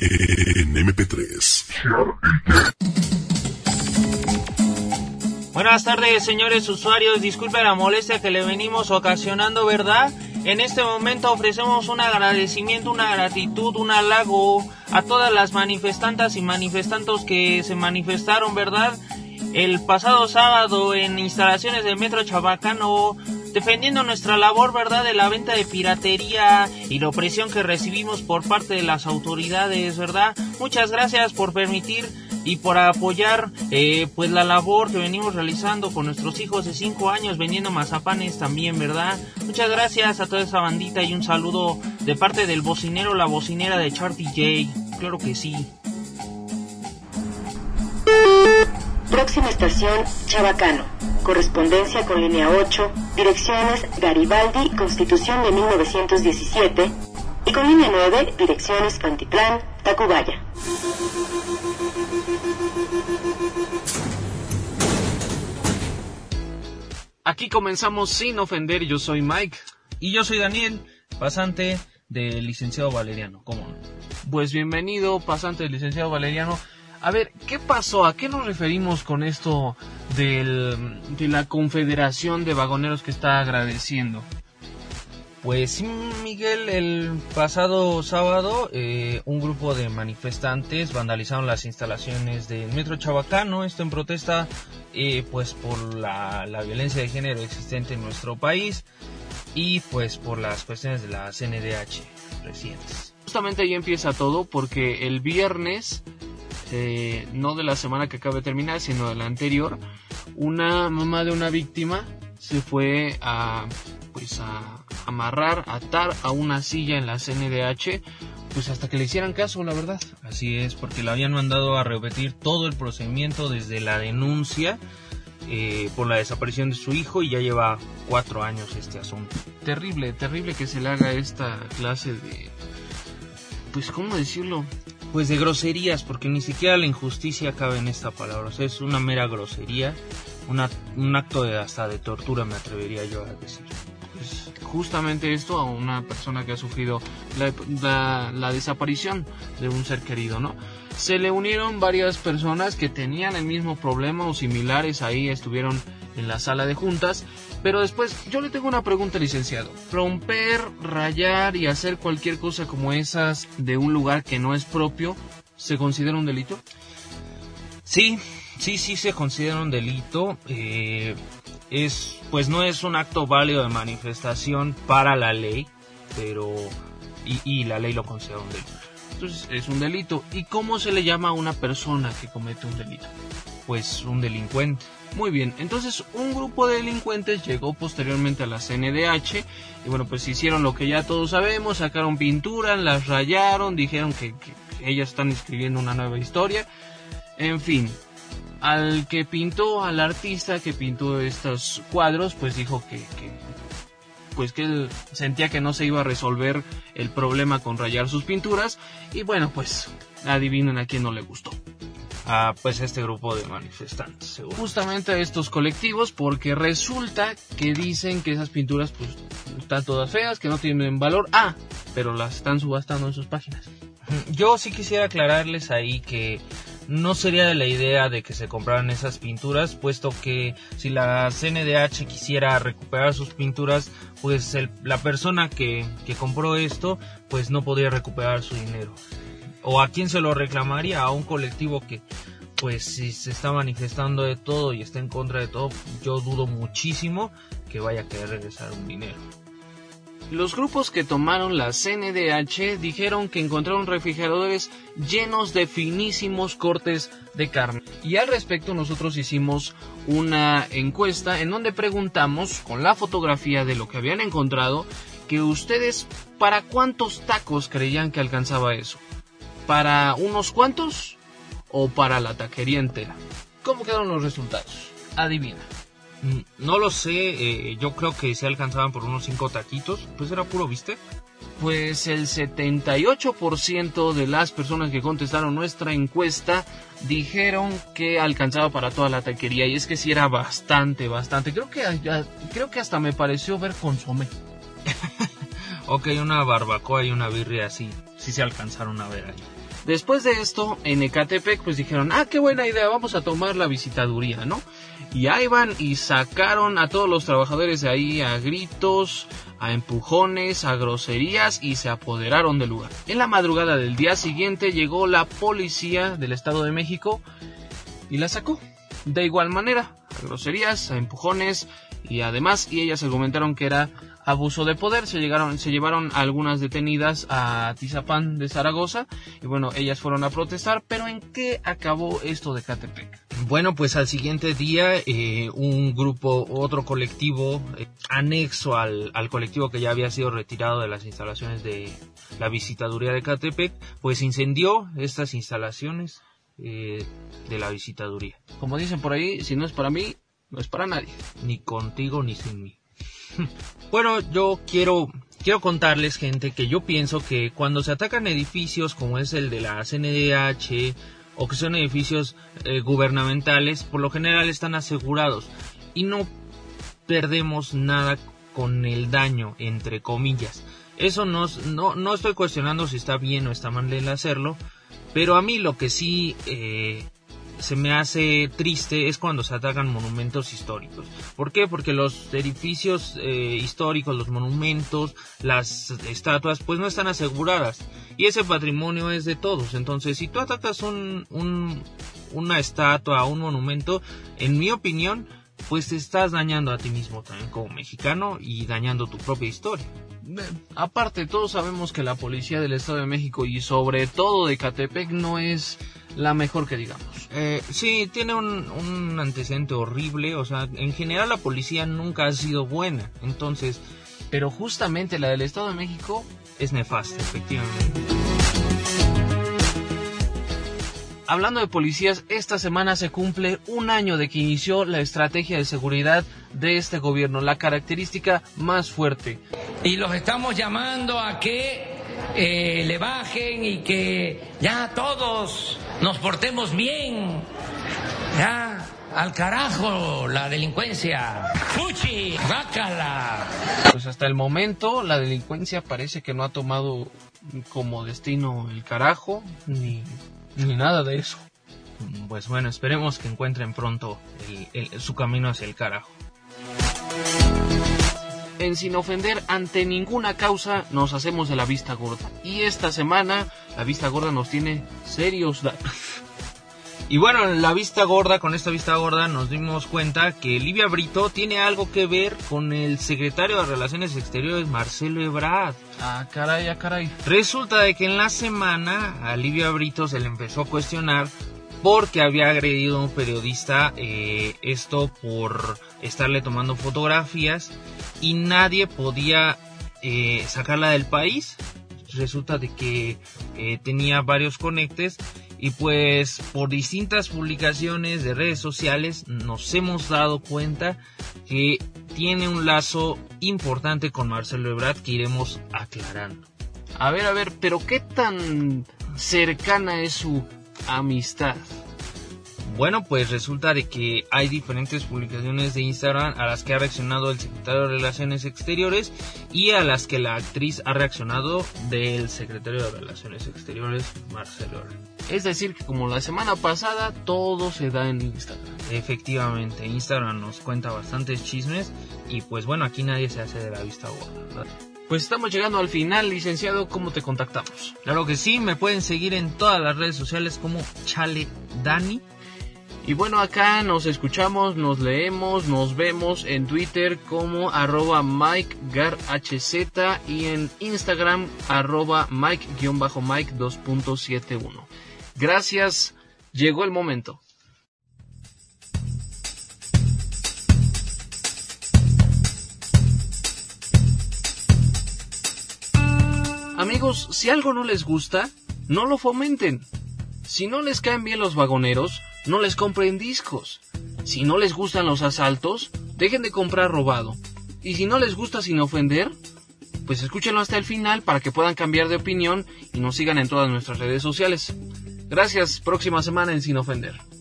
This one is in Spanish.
en MP3. Buenas tardes, señores usuarios. Disculpen la molestia que le venimos ocasionando, ¿verdad? En este momento ofrecemos un agradecimiento, una gratitud, un halago a todas las manifestantas y manifestantes que se manifestaron, ¿verdad? El pasado sábado en instalaciones del Metro Chabacano, defendiendo nuestra labor, ¿verdad?, de la venta de piratería y la opresión que recibimos por parte de las autoridades, ¿verdad? Muchas gracias por permitir y por apoyar pues la labor que venimos realizando con nuestros hijos de 5 años vendiendo mazapanes también, ¿verdad? Muchas gracias a toda esa bandita y un saludo de parte del bocinero, la bocinera de Charty J. Claro que sí. Próxima estación, Chabacano. Correspondencia con línea 8, direcciones Garibaldi, Constitución de 1917, y con línea 9, direcciones Pantitlán, Tacubaya. Aquí comenzamos sin ofender. Yo soy Mike. Y yo soy Daniel, pasante del licenciado Valeriano. ¿Cómo no? Pues bienvenido, pasante del licenciado Valeriano. A ver, ¿qué pasó? ¿A qué nos referimos con esto de la Confederación de Vagoneros que está agradeciendo? Pues sí, Miguel, el pasado sábado un grupo de manifestantes vandalizaron las instalaciones del Metro Chabacano, esto en protesta pues por la violencia de género existente en nuestro país y pues por las cuestiones de la CNDH recientes. Justamente ahí empieza todo porque el viernes, no de la semana que acaba de terminar, sino de la anterior, una mamá de una víctima se fue a atar a una silla en la CNDH, pues hasta que le hicieran caso, la verdad. Así es, porque le habían mandado a repetir todo el procedimiento desde la denuncia por la desaparición de su hijo y ya lleva 4 años este asunto. Terrible, terrible que se le haga esta clase de, pues, ¿cómo decirlo? Pues de groserías, porque ni siquiera la injusticia cabe en esta palabra, o sea, es una mera grosería, un acto hasta de tortura, me atrevería yo a decir. Pues justamente esto a una persona que ha sufrido la desaparición de un ser querido, ¿no? Se le unieron varias personas que tenían el mismo problema o similares, ahí estuvieron en la sala de juntas, pero después yo le tengo una pregunta, licenciado. ¿Romper, rayar y hacer cualquier cosa como esas de un lugar que no es propio se considera un delito? Sí se considera un delito. Pues no es un acto válido de manifestación para la ley, pero y la ley lo considera un delito. Entonces es un delito. ¿Y cómo se le llama a una persona que comete un delito? Pues un delincuente. Muy bien, entonces un grupo de delincuentes llegó posteriormente a la CNDH y bueno, pues hicieron lo que ya todos sabemos, sacaron pinturas, las rayaron, dijeron que ellas están escribiendo una nueva historia, en fin. Al artista que pintó estos cuadros, pues dijo que él sentía que no se iba a resolver el problema con rayar sus pinturas y bueno, pues adivinen a quién no le gustó. Pues este grupo de manifestantes, seguro. Justamente a estos colectivos, porque resulta que dicen que esas pinturas pues están todas feas, que no tienen valor, pero las están subastando en sus páginas. Yo sí quisiera aclararles ahí que no sería de la idea de que se compraran esas pinturas, puesto que si la CNDH quisiera recuperar sus pinturas, pues la persona que compró esto, pues no podría recuperar su dinero. ¿O a quién se lo reclamaría? A un colectivo que, pues si se está manifestando de todo y está en contra de todo, yo dudo muchísimo que vaya a querer regresar un dinero. Los grupos que tomaron la CNDH dijeron que encontraron refrigeradores llenos de finísimos cortes de carne. Y al respecto nosotros hicimos una encuesta en donde preguntamos con la fotografía de lo que habían encontrado que ustedes ¿para cuántos tacos creían que alcanzaba eso? ¿Para unos cuantos o para la taquería entera? ¿Cómo quedaron los resultados? Adivina. No lo sé, yo creo que se alcanzaban por unos 5 taquitos, pues era puro bistec. Pues el 78% de las personas que contestaron nuestra encuesta dijeron que alcanzaba para toda la taquería, y es que sí era bastante. Creo que hasta me pareció ver consomé. Ok, una barbacoa y una birria sí se alcanzaron a ver ahí. Después de esto, en Ecatepec, pues dijeron, qué buena idea, vamos a tomar la visitaduría, ¿no? Y ahí van y sacaron a todos los trabajadores de ahí a gritos, a empujones, a groserías y se apoderaron del lugar. En la madrugada del día siguiente llegó la policía del Estado de México y la sacó. De igual manera, a groserías, a empujones y además, y ellas argumentaron que era abuso de poder. Se llevaron a algunas detenidas a Atizapán de Zaragoza y bueno, ellas fueron a protestar. Pero ¿en qué acabó esto de Ecatepec? Bueno, pues al siguiente día otro colectivo anexo al colectivo que ya había sido retirado de las instalaciones de la visitaduría de Ecatepec, pues incendió estas instalaciones de la visitaduría. Como dicen por ahí, si no es para mí, no es para nadie, ni contigo ni sin mí. Bueno, yo quiero contarles, gente, que yo pienso que cuando se atacan edificios como es el de la CNDH o que son edificios gubernamentales, por lo general están asegurados y no perdemos nada con el daño, entre comillas. Eso no estoy cuestionando si está bien o está mal el hacerlo, pero a mí lo que sí se me hace triste es cuando se atacan monumentos históricos. ¿Por qué? Porque los edificios históricos, los monumentos, las estatuas, pues no están aseguradas. Y ese patrimonio es de todos. Entonces, si tú atacas una estatua, un monumento, en mi opinión, pues te estás dañando a ti mismo también como mexicano y dañando tu propia historia. Aparte, todos sabemos que la policía del Estado de México y sobre todo de Ecatepec no es la mejor que digamos. Sí, tiene un antecedente horrible, o sea, en general la policía nunca ha sido buena, entonces, pero justamente la del Estado de México es nefasta, efectivamente. Hablando de policías, esta semana se cumple un año de que inició la estrategia de seguridad de este gobierno, la característica más fuerte. Y los estamos llamando a que le bajen y que ya todos nos portemos bien. Ya, al carajo la delincuencia. ¡Fuchi! ¡Bácala! Pues hasta el momento la delincuencia parece que no ha tomado como destino el carajo, ni nada de eso. Pues bueno, esperemos que encuentren pronto su camino hacia el carajo. En Sin Ofender, ante ninguna causa, nos hacemos de la vista gorda. Y esta semana, la vista gorda nos tiene serios datos. Y bueno, con esta vista gorda nos dimos cuenta que Livia Brito tiene algo que ver con el secretario de Relaciones Exteriores, Marcelo Ebrard. Caray. Resulta de que en la semana a Livia Brito se le empezó a cuestionar porque había agredido a un periodista, esto por estarle tomando fotografías y nadie podía sacarla del país. Resulta de que tenía varios conectes y pues por distintas publicaciones de redes sociales nos hemos dado cuenta que tiene un lazo importante con Marcelo Ebrard que iremos aclarando. A ver, pero ¿qué tan cercana es su amistad? Bueno, pues resulta de que hay diferentes publicaciones de Instagram a las que ha reaccionado el secretario de Relaciones Exteriores y a las que la actriz ha reaccionado del secretario de Relaciones Exteriores, Marcelo Ebrard. Es decir, que como la semana pasada, todo se da en Instagram. Efectivamente, Instagram nos cuenta bastantes chismes y pues bueno, aquí nadie se hace de la vista gorda, ¿verdad? Pues estamos llegando al final, licenciado. ¿Cómo te contactamos? Claro que sí, me pueden seguir en todas las redes sociales como Chale Dani. Y bueno, acá nos escuchamos, nos leemos, nos vemos en Twitter como @MikeGarHZ y en Instagram @Mike_Mike 2.71. Gracias, llegó el momento. Amigos, si algo no les gusta, no lo fomenten. Si no les caen bien los vagoneros, no les compren discos. Si no les gustan los asaltos, dejen de comprar robado. Y si no les gusta Sin Ofender, pues escúchenlo hasta el final para que puedan cambiar de opinión y nos sigan en todas nuestras redes sociales. Gracias, próxima semana en Sin Ofender.